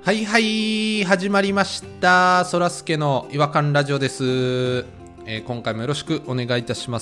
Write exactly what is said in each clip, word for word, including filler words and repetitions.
はいはい始まりましたそらすけの違和感ラジオです、えー、今回もよろしくお願いいたします。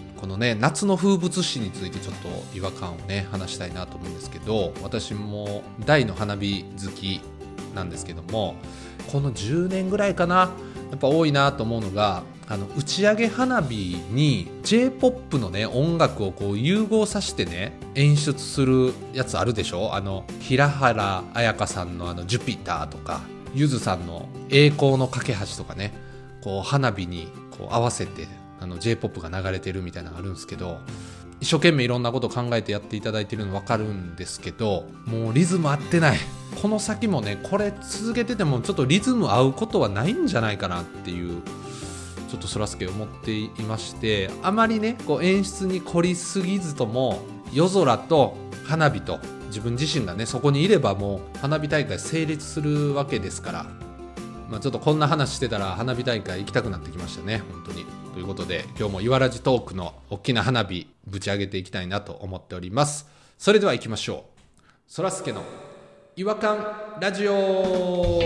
このね夏の風物詩についてちょっと違和感をね話したいなと思うんですけど、私も大の花火好きなんですけども、このじゅうねんぐらいかな、やっぱ多いなと思うのが、あの打ち上げ花火に ジェイポップ のね音楽をこう融合させてね演出するやつあるでしょ。あの平原綾香さんのあのジュピターとか、ゆずさんの栄光の架け橋とかね、こう花火にこう合わせてあの ジェイポップ が流れてるみたいなのがあるんですけど、一生懸命いろんなことを考えてやっていただいてるの分かるんですけど、もうリズム合ってない。この先もねこれ続けててもちょっとリズム合うことはないんじゃないかなっていうちょっとそらすけ思っていまして、あまりねこう演出に凝りすぎずとも、夜空と花火と自分自身がねそこにいればもう花火大会成立するわけですから、まあ、ちょっとこんな話してたら花火大会行きたくなってきましたね本当に。ということで今日もいわらじトークの大きな花火ぶち上げていきたいなと思っております。それでは行きましょう。そらすけの違和感ラジオ。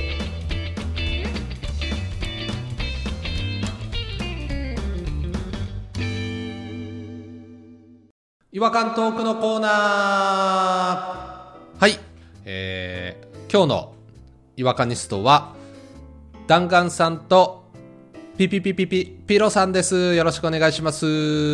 違和感トークのコーナー。はい、えー、今日の違和感ニストは弾丸さんとピピピピピピロさんです。よろしくお願いします。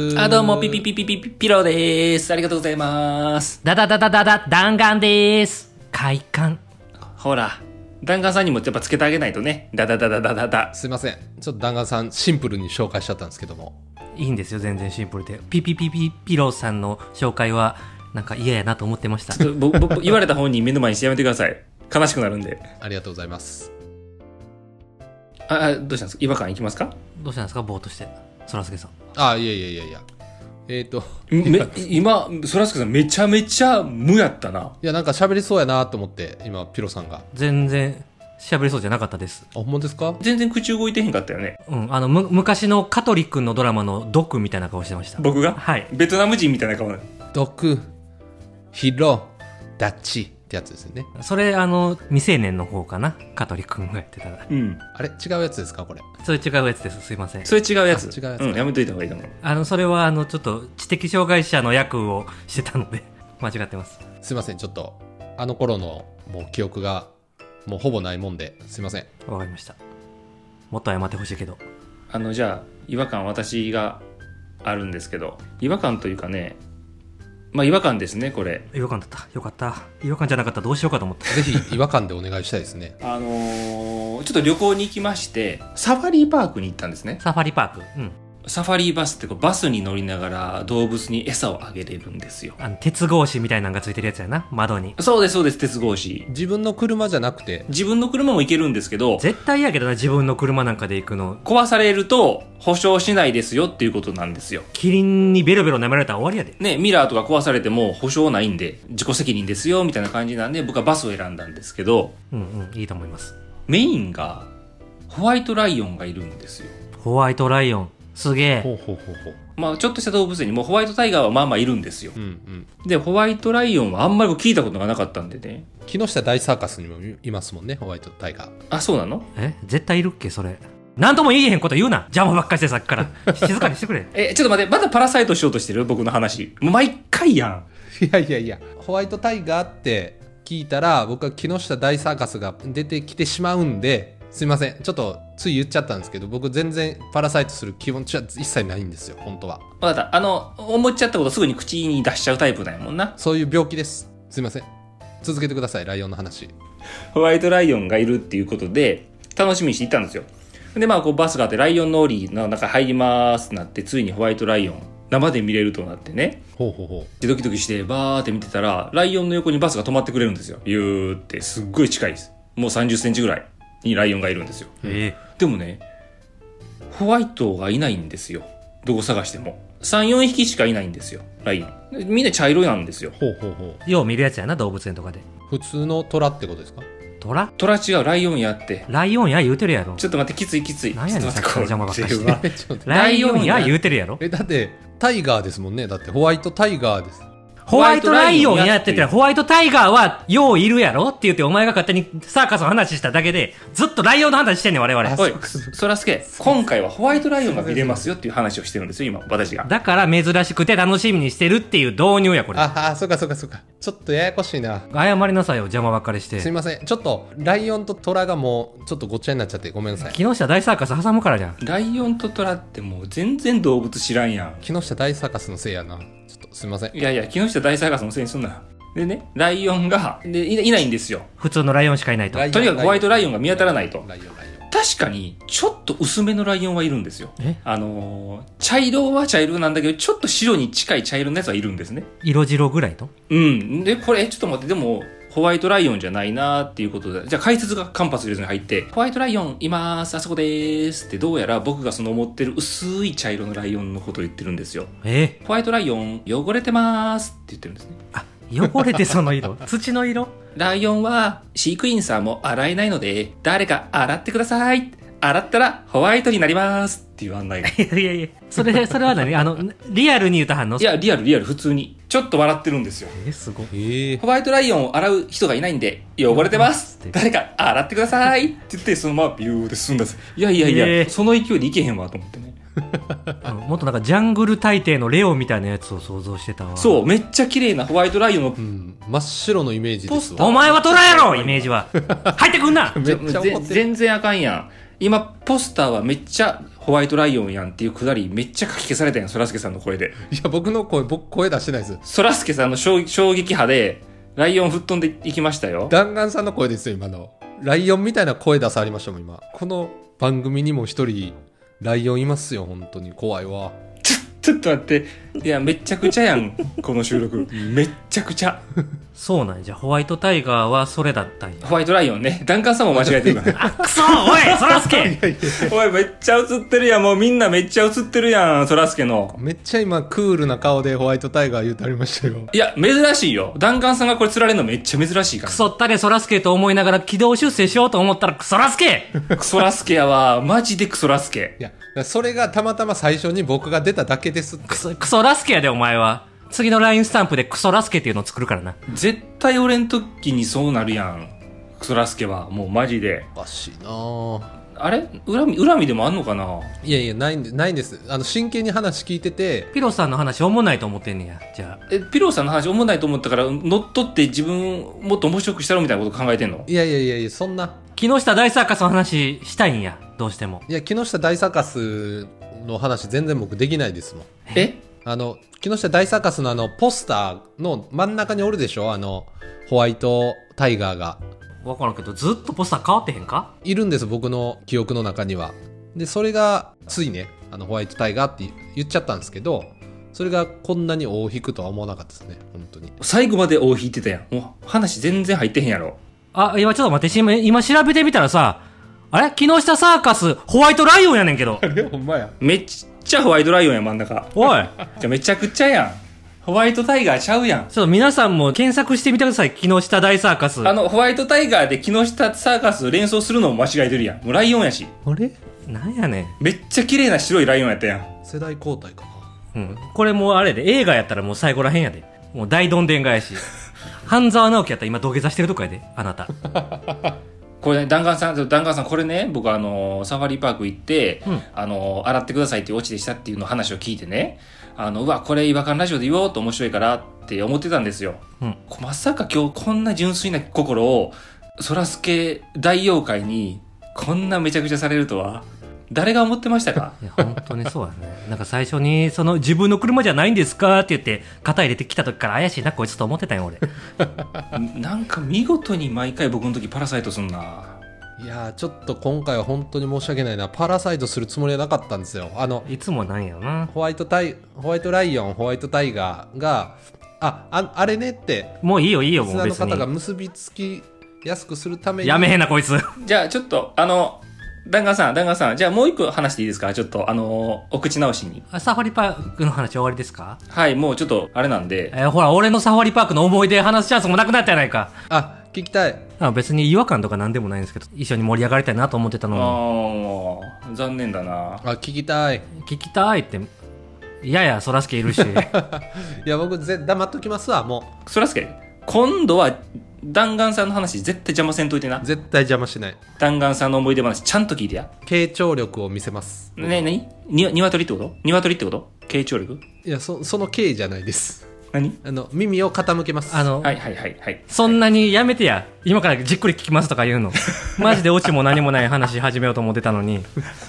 あ、どうもピピピピピピピロです。ありがとうございます。 ダダダダダダ弾丸です。快感。 ほら弾丸さんにもやっぱつけてあげないとね。ダダダダダダダ。 すいません、ちょっと弾丸さんシンプルに紹介しちゃったんですけども。 いいんですよ、全然シンプルで。ピピピピピロさんの紹介はなんか嫌やなと思ってました。 ちょっと僕言われた本人目の前にしてやめてください。悲しくなるんで。 ありがとうございます。 あ、どうしたんですか。違和感いきますか。 どうしたんですか、ぼーっとしてそらすけさん。 あ、いやいやいやいや、えーとめ今そらすけさんめちゃめちゃ無やったな。 いやなんか喋りそうやなと思って今ピロさんが。 全然喋りそうじゃなかったです。 あ、ほんまですか。 全然口動いてへんかったよね。 うん、あのむ昔の香取君のドラマのドクみたいな顔してました。 僕がはいベトナム人みたいな顔ね。 ドクヒロダチってやつですよね。 それあの未成年の方かな、香取君がやってたら。 うんあれ違うやつですかこれ。 それ違うやつです。すいません。 それ違うやつ。 違うやつ、 うん、やめといた方がいいと思う。 あのそれはあのちょっと知的障害者の役をしてたので間違ってます。 すいません、ちょっとあの頃のもう記憶がもうほぼないもんですいません。 わかりました。もっと謝ってほしいけど。 あのじゃあ違和感私があるんですけど、違和感というかね、まあ違和感ですねこれ。 違和感だった。よかった。違和感じゃなかったらどうしようかと思った。 ぜひ違和感でお願いしたいですね。 あのー、ちょっと旅行に行きましてサファリーパークに行ったんですね。 サファリパーク。うん。 サファリーバスってこうバスに乗りながら動物に餌をあげれるんですよ。 あの鉄格子みたいなのがついてるやつやな、窓に。 そうですそうです、鉄格子。 自分の車じゃなくて。 自分の車も行けるんですけど、 絶対やけどな、自分の車なんかで行くの。 壊されると保証しないですよっていうことなんですよ。 キリンにベロベロ舐められたら終わりやでね。ミラーとか壊されても保証ないんで自己責任ですよみたいな感じなんで、僕はバスを選んだんですけど、 うんうん、いいと思います。 メインがホワイトライオンがいるんですよ。 ホワイトライオンすげえ。 ほうほうほうほう。 まあちょっとした動物園にもホワイトタイガーはまあまあいるんですよ。 うんうん。 でホワイトライオンはあんまり聞いたことがなかったんでね。 木下大サーカスにもいますもんね、ホワイトタイガー。 あ、そうなの？ え、絶対いるっけそれ。なんとも言えへんこと言うな、邪魔ばっかりしてさっきから静かにしてくれ。 え、ちょっと待って、まだパラサイトしようとしてる？僕の話もう毎回やん。 いやいやいや、ホワイトタイガーって聞いたら僕は木下大サーカスが出てきてしまうんで、すいません、ちょっとつい言っちゃったんですけど、僕全然パラサイトする気持ちは一切ないんですよ本当は。 わかった。あの思っちゃったことすぐに口に出しちゃうタイプだよもんな。 そういう病気です。すいません、続けてください。ライオンの話。 ホワイトライオンがいるっていうことで楽しみにして行ったんですよ。でまあこうバスがあってライオンの檻の中入りますってなって、ついにホワイトライオン生で見れるとなってね。 ほうほうほう。 でドキドキしてバーって見てたら、ライオンの横にバスが止まってくれるんですよ。ビューって、すっごい近いです。もうさんじゅっセンチぐらいにライオンがいるんですよ。 えでもね、ホワイトがいないんですよ。どこ探しても さん,よん 匹しかいないんですよ、ライオン。みんな茶色なんですよ。 ほうほうほよう見るやつやな、動物園とかで。 う。普通の虎ってことですか？ トラトラ違う、ライオンやって。 ライオンや言うてるやろ。 ちょっと待って、きついきつい。 何やねん、さっきから邪魔ばっかりしこれて。ライオンや言うてるやろ。 え、だってタイガーですもんね。だってホワイトタイガーです。 ホワイトライオンやってたら、 ホホワイトタイガーはよういるやろって言って、お前が勝手にサーカスの話しただけで、ずっとライオンの話してんねん、我々。 おい、そらすけ、今回はホワイトライオンが見れますよっていう話をしてるんですよ、今、私が。 だから珍しくて楽しみにしてるっていう導入や、これ。 ああ、そうかそうかそうか。ちょっとややこしいな。 謝りなさいよ、邪魔ばっかりして。 すいません。ちょっと、ライオンとトラがもう、ちょっとごっちゃになっちゃってごめんなさい。 木下大サーカス挟むからじゃん。 ライオンとトラってもう全然動物知らんやん。 木下大サーカスのせいやな。ちょっとすいません。 いやいや、木下大サーカスのせいにすんな。でね、ライオンが、で、いいないんですよ。 普通のライオンしかいないと。 とにかくホワイトライオンが見当たらないと。 ライオン、ライオン。 確かに、ちょっと薄めのライオンはいるんですよ。 えあのー、茶色は茶色なんだけど、ちょっと白に近い茶色のやつはいるんですね。 色白ぐらいと。 うん。で、これ、ちょっと待って、でも、ホワイトライオンじゃないなーっていうことで、じゃあ解説が間髪入れずに入って、ホワイトライオンいまーす、あそこでーすってどうやら僕がその持ってる薄い茶色のライオンのことを言ってるんですよ。 えホワイトライオン汚れてまーすって言ってるんですね。 あ、汚れてその色土の色ライオンは飼育員さんも洗えないので、誰か洗ってください。洗ったらホワイトになりますっていう案内が。 いやいやいや、それ、それは何あの、リアルに言うた反応いや、リアルリアル普通に。ちょっと笑ってるんですよ。 え、すごい。 えー、 ホワイトライオンを洗う人がいないんで、汚れてます。誰か洗ってくださいって言って、そのままビューで進んだんです。いやいやいや、 えーその勢いでいけへんわと思ってね。 うんもっとなんかジャングル大帝のレオみたいなやつを想像してたわ。 そう、めっちゃ綺麗なホワイトライオンのう、ん、真っ白のイメージですポスターわ。 お前はトラやろイメージは。入ってくんなめっちゃ怒ってる。 全然あかんやん。今、ポスターはめっちゃホワイトライオンやんっていうくだり、めっちゃ書き消されたやん、そらすけさんの声で。 いや、僕の声、僕声出してないです。 そらすけさんの衝衝撃波で、ライオン吹っ飛んでいきましたよ。 弾丸さんの声ですよ、今の。ライオンみたいな声出されましたもん、今。この番組にも一人、ライオンいますよ、本当に。怖いわ。 ちょ、ちょっと待って。いや、めっちゃくちゃやん、この収録。めっちゃくちゃ。 そうなんじゃ、ホワイトタイガーはそれだったんや。 ホワイトライオンね。ダンカンさんも間違えてるからね。 くそおいそらすけおい、めっちゃ映ってるやん。もうみんなめっちゃ映ってるやん、そらすけの。 めっちゃ今、クールな顔でホワイトタイガー言うてありましたよ。 いや、珍しいよ。ダンカンさんがこれ釣られるのめっちゃ珍しいかクソったれそらすけと思いながら軌道修正しようと思ったらクソらすけら。クソラスケやわ。マジでクソラスケ。 いや、それがたまたま最初に僕が出ただけですってク。ソ、クソラスケやでお前は。次のラインスタンプでクソラスケっていうのを作るからな。 絶対俺ん時にそうなるやん。クソラスケは。もうマジで。 おかしいなぁ。 あれ恨み、恨みでもあんのかないやいや、ないんで、ないんです。あの、真剣に話聞いてて、 ピロさんの話おもんないと思ってんねや。じゃあ。 え、ピローさんの話おもんないと思ったから、乗っ取って自分もっと面白くしたろみたいなこと考えてんの？ いやいやいやいや、そんな。 木下大サーカスの話したいんや。どうしても。 いや、木下大サーカスの話全然僕できないですもん。 えあの、木下大サーカスのあの、ポスターの真ん中におるでしょ、あの、ホワイトタイガーが。 わからんけど、ずっとポスター変わってへんか？ いるんです、僕の記憶の中には。で、それが、ついね、あの、ホワイトタイガーって言っちゃったんですけど、それがこんなに尾を引くとは思わなかったですね、本当に。 最後まで尾を引いてたやん。もう話全然入ってへんやろ。 あ、今ちょっと待って、今今調べてみたらさ、あれ木下サーカス、ホワイトライオンやねんけど。 あれ、ほんまや。 めっちゃホワイトライオンや真ん中。 おい。 じゃめちゃくちゃやん。ホワイトタイガーちゃうやん。 ちょっと皆さんも検索してみてください。木下大サーカス。 あの、ホワイトタイガーで木下サーカス連想するのも間違えてるやん。もうライオンやし。 あれなんやねん。 めっちゃ綺麗な白いライオンやったやん。 世代交代かな。 うん。これもうあれで、映画やったらもう最後らへんやで。もう大どんでん返し。半沢直樹やったら今土下座してるとこやで、あなた。 これね、弾丸さん、弾丸さん、これね、僕あの、サファリパーク行って、 うんあの、洗ってくださいっていうオチでしたっていうの話を聞いてね、あの、うわ、これ違和感ラジオで言おうと面白いからって思ってたんですよ。 うん。 まさか今日こんな純粋な心を、そらすけ大妖怪に、こんなめちゃくちゃされるとは、誰が思ってましたか？ いや、本当にそうやね。なんか最初に、その、自分の車じゃないんですかって言って、肩入れてきた時から怪しいな、こいつと思ってたよ、俺。 なんか見事に毎回僕の時パラサイトすんな。 いやー、ちょっと今回は本当に申し訳ないな。パラサイトするつもりはなかったんですよ。あの、 いつもなんやろな。 ホワイトタイ、ホワイトライオン、ホワイトタイガーが、あ、ああれねって、 もういいよ、いいよ、 リスナーのもう別に。 方が結びつきやすくするために。 やめへんな、こいつ。 じゃあちょっと、あの、弾丸さん、弾丸さん、じゃあもう一個話していいですか？ちょっと、あの、お口直しに。 あサファリパークの話終わりですか？ はい、もうちょっと、あれなんで。 えーほら、俺のサファリパークの思い出話すチャンスもなくなったやないか。 あ、聞きたい。 あ別に違和感とかなんでもないんですけど、一緒に盛り上がりたいなと思ってたのああ、残念だな。 あ、聞きたい。 に。聞きたいって、 ややそらすけいるし。 いや僕ぜ黙っときますわ。もそらすけ今度は弾丸さんの話絶対邪魔せんといてなう。絶対邪魔しない。 弾丸さんの思い出話ちゃんと聞いてや。 傾聴力を見せます。 ねなにに鶏ってこと鶏ってこと傾聴力いや そ, その傾じゃないです。 何あの耳を傾けます。 あの、 はいはいはいはい。 そんなにやめてや。今からじっくり聞きますとか言うの。マジでオチも何もない話始めようと思ってたのに。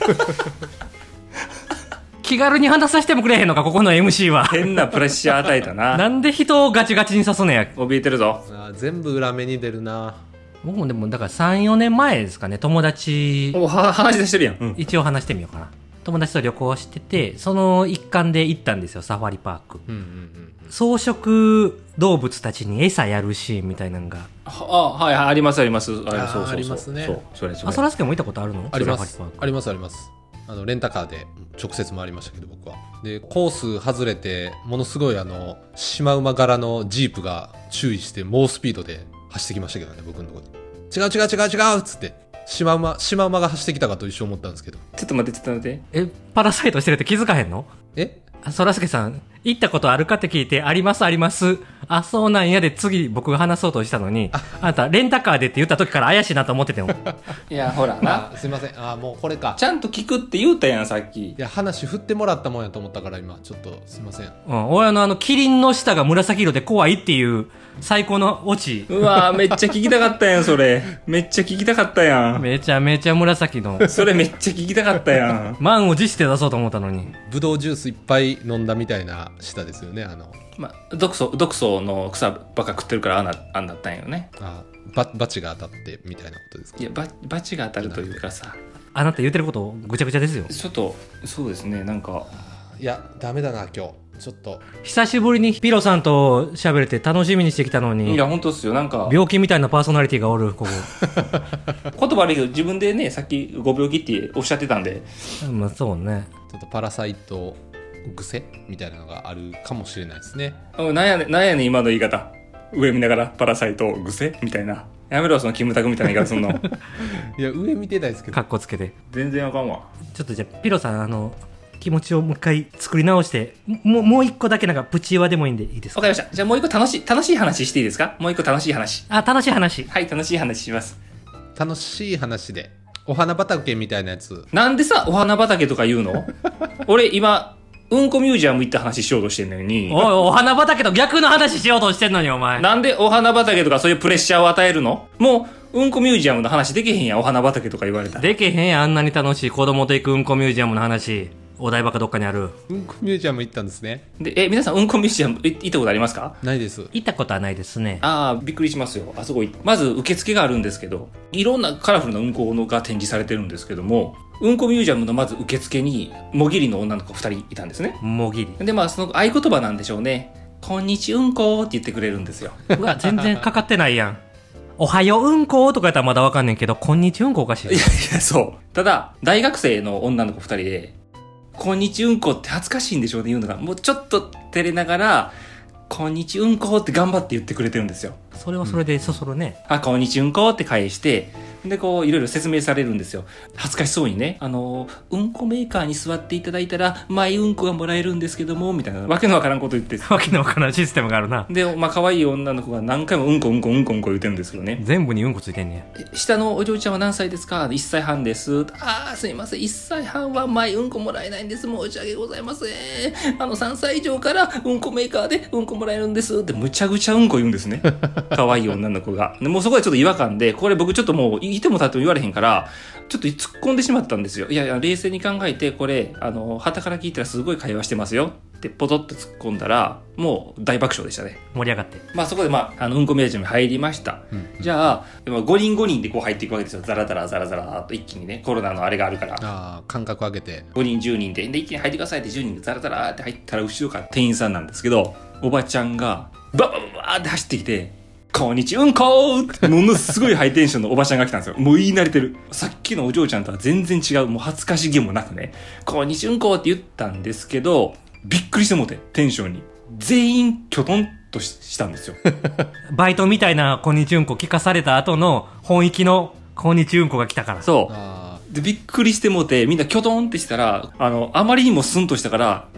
気軽に話させてもくれへんのか、ここの エムシー は。 変なプレッシャー与えたな。 なんで人をガチガチに刺すのや。 怯えてるぞ。 あ全部裏目に出るな。 僕もでも、だからさん、よねんまえですかね、友達、 おは話し出してるやん。うん、 一応話してみようかな。友達と旅行してて、その一環で行ったんですよ、サファリパーク。 うんうんうん、 草食動物たちに餌やるシーンみたいなのが。 あ、はいはい、ありますあります。ああそうそうそうありますね。 そう、それそれ。 あ、そらすけも行ったことあるの？ ありますサファリパークありますあります。あのレンタカーで直接回りましたけど僕は。でコース外れてものすごいあのシマウマ柄のジープが注意して猛スピードで走ってきましたけどね、僕のところに。違う違う違う違うっつってシマウマシマウマが走ってきたかと一緒思ったんですけど。 ちょっと待ってちょっと待って。 え、パラサイトしてるって気づかへんの？ えあ、そらすけさん、行ったことあるかって聞いて、ありますあります。あ、そうなんやで次僕が話そうとしたのに、あ, あなたレンタカーでって言った時から怪しいなと思ってても。 いやほらな。 あすいません。あもうこれか。 ちゃんと聞くって言うたやんさっき。 いや話振ってもらったもんやと思ったから今ちょっとすいません。 うん、俺のあのキリンの舌が紫色で怖いっていう最高のオチ。 うわめっちゃ聞きたかったやんそれ。めっちゃ聞きたかったやん。 めちゃめちゃ紫の。 それめっちゃ聞きたかったやん。 満を持して出そうと思ったのに。 ブドウジュースいっぱい飲んだみたいな舌ですよね。あのまあ毒素毒素の草ばっか食ってるからあんなあんなったんよね。 あババチが当たってみたいなことですか。 いやババチが当たるというかさ。 あなた言ってることぐちゃぐちゃですよ。 ちょっとそうですねなんか。 いやダメだな今日ちょっと久しぶりにピロさんと喋れて楽しみにしてきたのに。 いや本当っすよなんか病気みたいなパーソナリティがおるここ。 言葉悪いけど自分でねさっきご病気っておっしゃってたんで。 まあそうね。 ちょっとパラサイト癖みたいなのがあるかもしれないですね。 なんやねんなんやねん今の言い方。上見ながらパラサイト癖みたいな。やめろそのキムタクみたいな言い方すんの。 いや上見てないですけどカッコつけて。 全然あかんわ。 ちょっとじゃあピロさん、あの気持ちをもう一回作り直して、もうもう一個だけなんかプチ話でもいいんでいいですか？ わかりました。じゃあもう一個楽しい楽しい話していいですか？もう一個楽しい話。 あ、楽しい話。 はい楽しい話します。 楽しい話でお花畑みたいなやつ。 なんでさお花畑とか言うの？俺今うんこミュージアム行った話しようとしてんのに。 おい、お花畑と逆の話しようとしてんのにお前。 なんでお花畑とかそういうプレッシャーを与えるの？もううんこミュージアムの話できへんやんお花畑とか言われたら。 でけへんやん、あんなに楽しい子供と行くうんこミュージアムの話。お台場かどっかにある。 うんこミュージアム行ったんですね。 でえ皆さんうんこミュージアムい行ったことありますか？ ないです。 行ったことはないですね。 ああびっくりしますよ。あそこまず受付があるんですけどいろんなカラフルなうんこが展示されてるんですけどもうんこミュージアムのまず受付にもぎりの女の子ふたりいたんですね。 もぎり。 でまあその合言葉なんでしょうね。こんにちうんこって言ってくれるんですよ。 うわ、全然かかってないやん。おはよううんことかやったらまだわかんねんけど、こんにちうんこおかしい。 いやいやそうただ大学生の女の子ふたりでこんにちうんこって恥ずかしいんでしょうね言うのがもうちょっと照れながらこんにちうんこって頑張って言ってくれてるんですよ。 それはそれでそそるね。 あ、こんにちうんこって返して、で、こう、いろいろ説明されるんですよ。恥ずかしそうにね。あの、うんこメーカーに座っていただいたら、マイうんこがもらえるんですけども、みたいな、わけのわからんこと言って。 わけのわからんシステムがあるな。 で、まあ、可愛い女の子が何回もうんこうんこうんこうんこ言ってるんですけどね。 全部にうんこついてんねえ下のお嬢ちゃんは何歳ですか？いっさいはんです。あー、すいません。いっさいはんはマイうんこもらえないんです。申し訳ございません。あの、さんさい以上からうんこメーカーでうんこもらえるんです。ってむちゃくちゃうんこ言うんですね。可愛い女の子が。でもうそこでちょっと違和感で、これ僕ちょっともう、いてもたっても言われへんから、ちょっと突っ込んでしまったんですよ。いやいや、冷静に考えて、これ、あの、旗から聞いたらすごい会話してますよ。ってポトッと突っ込んだら、もう大爆笑でしたね。 盛り上がって。 まあそこでまあ、あの、うんこミュージアムに入りました。うん、じゃあ、ごにんごにんでこう入っていくわけですよ。ザラザラザラザラと一気にね、コロナのあれがあるから。 ああ、間隔上げて。 ごにんじゅうにんで、で、一気に入ってくださいってじゅうにんでザラザラって入ったら、後ろから店員さんなんですけど、おばちゃんが、ババババーって走ってきて、こんにちうんこーってものすごいハイテンションのおばちゃんが来たんですよ。もう言い慣れてる。さっきのお嬢ちゃんとは全然違う。もう恥ずかしげもなくね。こんにちうんこーって言ったんですけど、びっくりしてもうて、テンションに。全員キョトンとしたんですよ。 バイトみたいなこんにちうんこ聞かされた後の本域のこんにちうんこが来たから。 そう。で、びっくりしてもうて、みんなキョトンってしたら、あの、あまりにもスンとしたから、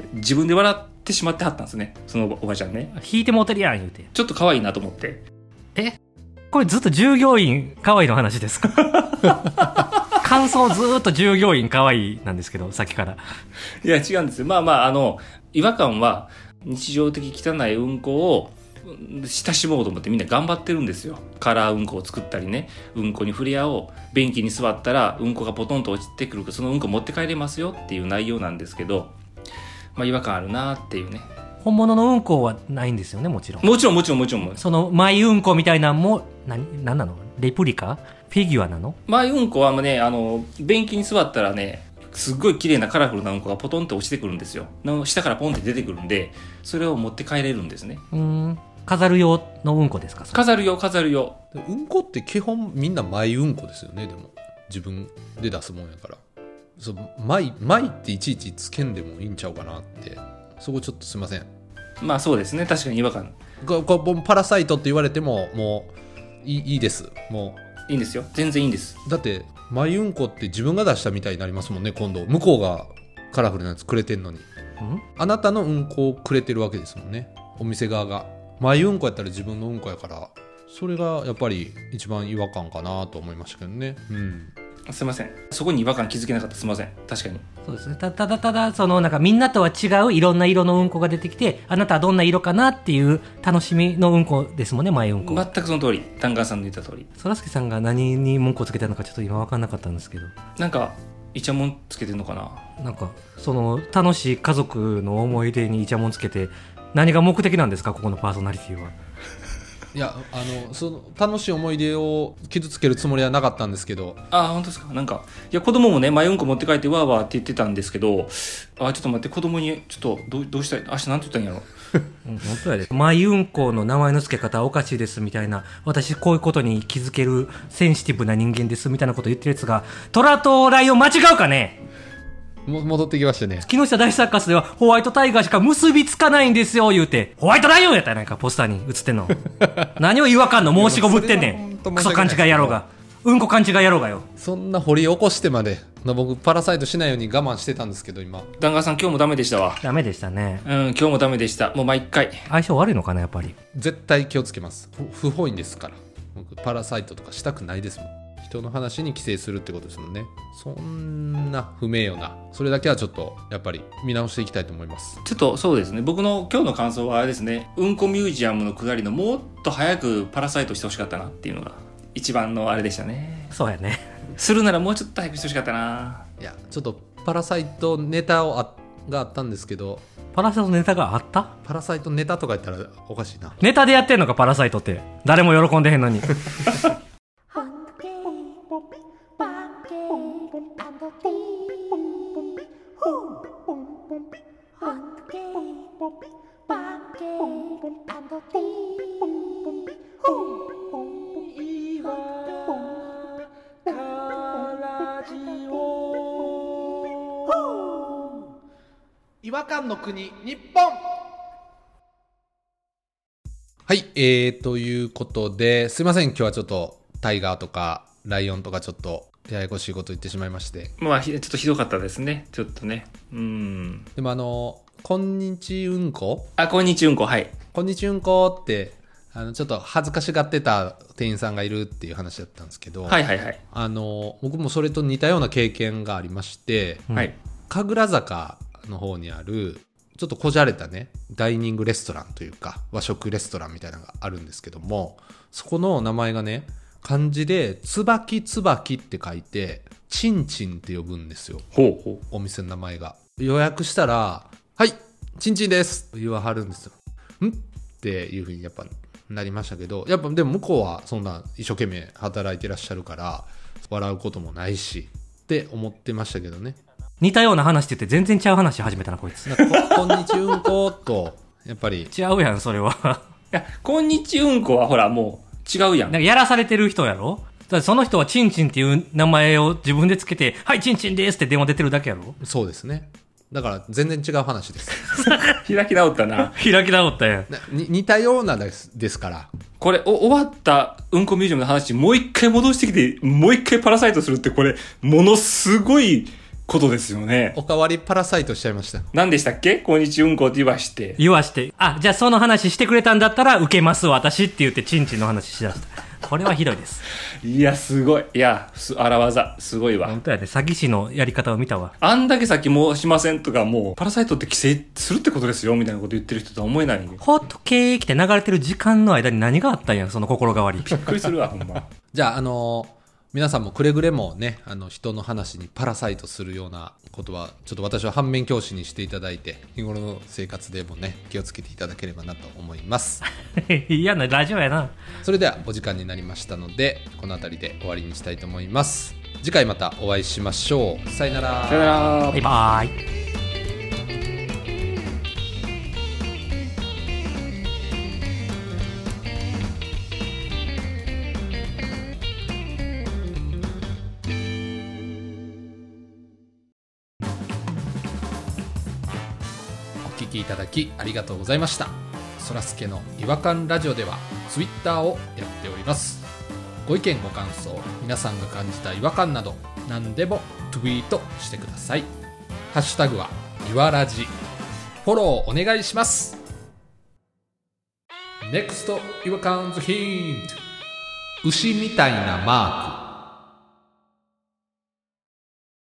自分で笑ってしまってはったんですね、そのおばちゃんね。 引いてもうてるやん言うて。 ちょっと可愛いなと思って。 えこれずっと従業員可愛いの話ですか？感想ずーっと従業員可愛いなんですけど、さっきから。 いや違うんですよ。まあまあ、あの違和感は日常的汚いうんこを親しもうと思ってみんな頑張ってるんですよ。カラーうんこを作ったりね、うんこに触れ合おう、便器に座ったらうんこがポトンと落ちてくるからそのうんこ持って帰れますよっていう内容なんですけど、まあ違和感あるなっていうね。 本物のうんこはないんですよね、もちろん。 もちろんもちろんもちろん。 そのマイうんこみたいなのも何何なの？レプリカ？フィギュアなの？ マイうんこはね、あの便器に座ったらね、すっごい綺麗なカラフルなうんこがポトンって落ちてくるんですよ。の下からポンって出てくるんで、それを持って帰れるんですね。 うーん、飾る用のうんこですか？ 飾るよ飾るよ。 うんこって基本みんなマイうんこですよね。でも自分で出すもんやから、そうマイマイっていちいちつけんでもいいんちゃうかなって、そこちょっとすいません。 まあそうですね、確かに違和感。 ここパラサイトって言われてももういい、いいです。もいいんですよ、全然いいんです。 うだってマイうんこって自分が出したみたいになりますもんね。今度向こうがカラフルなやつくれてんのに、 んあなたのうんこをくれてるわけですもんね、お店側が。マイうんこやったら自分のうんこやから、それがやっぱり一番違和感かなと思いましたけどね。うん、 すいません、そこに違和感気づけなかった。すいません、確かに。 そうですね。たただただそのなんかみんなとは違ういろんな色のうんこが出てきて、あなたはどんな色かなっていう楽しみのうんこですもんね、マイうんこ。 全くその通り、ダンカンさんの言った通り。 そらすけさんが何に文句をつけたのかちょっと今分かんなかったんですけど、 なんかイチャモンつけてんのかな。 なんかその楽しい家族の思い出にイチャモンつけて何が目的なんですか、ここのパーソナリティは。 いや、あのその楽しい思い出を傷つけるつもりはなかったんですけど。 あ、本当ですか。なんかいや、子供もね、マイうんこ持って帰ってわーわーって言ってたんですけど、あ、ちょっと待って、子供にちょっとどう、どうしたい、明日なんて言ったんやろ。 うん、本当やで。マイうんこの名前の付け方はおかしいですみたいな、私こういうことに気づけるセンシティブな人間ですみたいなこと言ってるやつが、トラとライオン間違うかね。 も戻ってきましたね。 木下大サーカスではホワイトタイガーしか結びつかないんですよ言うて、ホワイトライオンやったやないか、ポスターに映ってんの。何を違和感の申し子ぶってんねん。クソ勘違い野郎が、うんこ勘違い野郎がよ。 そんな掘り起こしてまで、僕パラサイトしないように我慢してたんですけど、今ダンガンさん今日もダメでしたわ。 ダメでしたね。 うん、今日もダメでした。もう毎回相性悪いのかな、やっぱり。 絶対気をつけます。不本意ですから。僕パラサイトとかしたくないですもん。人の話に寄生するってことですもんね。そんな不名誉な、それだけはちょっとやっぱり見直していきたいと思います。 ちょっとそうですね、僕の今日の感想はあれですね、うんこミュージアムの下りのもっと早くパラサイトしてほしかったなっていうのが一番のあれでしたね。 そうやね。 するならもうちょっと早くしてほしかったな。 いや、ちょっとパラサイトネタをあがあったんですけど。 パラサイトネタがあった？ パラサイトネタとか言ったらおかしいな。 ネタでやってんのか、パラサイトって。誰も喜んでへんのに。 違和感の国日本。はい、えー、ということで、すいません、今日はちょっとタイガーとかライオンとかちょっとややこしいこと言ってしまいまして。 まあちょっとひどかったですね、ちょっとね。うん。 でもあのこんにちうんこ、 あ、こんにちうんこ、はい。 こんにちうんこってあのちょっと恥ずかしがってた店員さんがいるっていう話だったんですけど、 はいはいはい。 あの僕もそれと似たような経験がありまして、 うん、 はい。 神楽坂の方にあるちょっとこじゃれたねダイニングレストランというか和食レストランみたいなのがあるんですけども、そこの名前がね、漢字で椿椿って書いてちんちんって呼ぶんですよ。 ほうほう。 お店の名前が。予約したらはいちんちんです言わはるんですよ。んっていう風にやっぱなりましたけど、やっぱでも向こうはそんな一生懸命働いてらっしゃるから笑うこともないしって思ってましたけどね。 似たような話って言って全然ちゃう話始めたなこいつ。 なんか こ, こんにちうんことやっぱり違うやんそれは。 いや、こんにちうんこはほらもう違うやん。 なんかやらされてる人やろ。だってその人はチンチンっていう名前を自分でつけて、はいチンチンですって電話出てるだけやろ。 そうですね。だから全然違う話です。 開き直ったな。 開き直ったやん。 に似たようなですですから。 これお終わったうんこミュージアムの話もう一回戻してきてもう一回パラサイトするって、これものすごいことですよね。 おかわりパラサイトしちゃいました。 何でしたっけ？こんにちうんこって言わして。 言わして。あ、じゃあその話してくれたんだったら受けます私って言ってチンチンの話しだした。これはひどいです。 いや、すごい。いや、す荒技。すごいわ。 本当やで、詐欺師のやり方を見たわ。 あんだけ先もしませんとか、もう、パラサイトって規制するってことですよ、みたいなこと言ってる人とは思えない。 ホットケーキって流れてる時間の間に何があったんや、その心変わり。 びっくりするわ、ほんま。 じゃあ、あのー皆さんもくれぐれもね、あの人の話にパラサイトするようなことはちょっと私は反面教師にしていただいて、日頃の生活でもね気をつけていただければなと思います。 嫌なラジオやな。 それではお時間になりましたので、この辺りで終わりにしたいと思います。次回またお会いしましょう。さよなら。 さよなら。 バイバイ。 お聞きいただきありがとうございました。そらすけの違和感ラジオではツイッターをやっております。ご意見ご感想、皆さんが感じた違和感など何でもツイートしてください。ハッシュタグはいわらじ。フォローお願いします。 ネクスト 違和感ズヒント。牛みたいなマーク。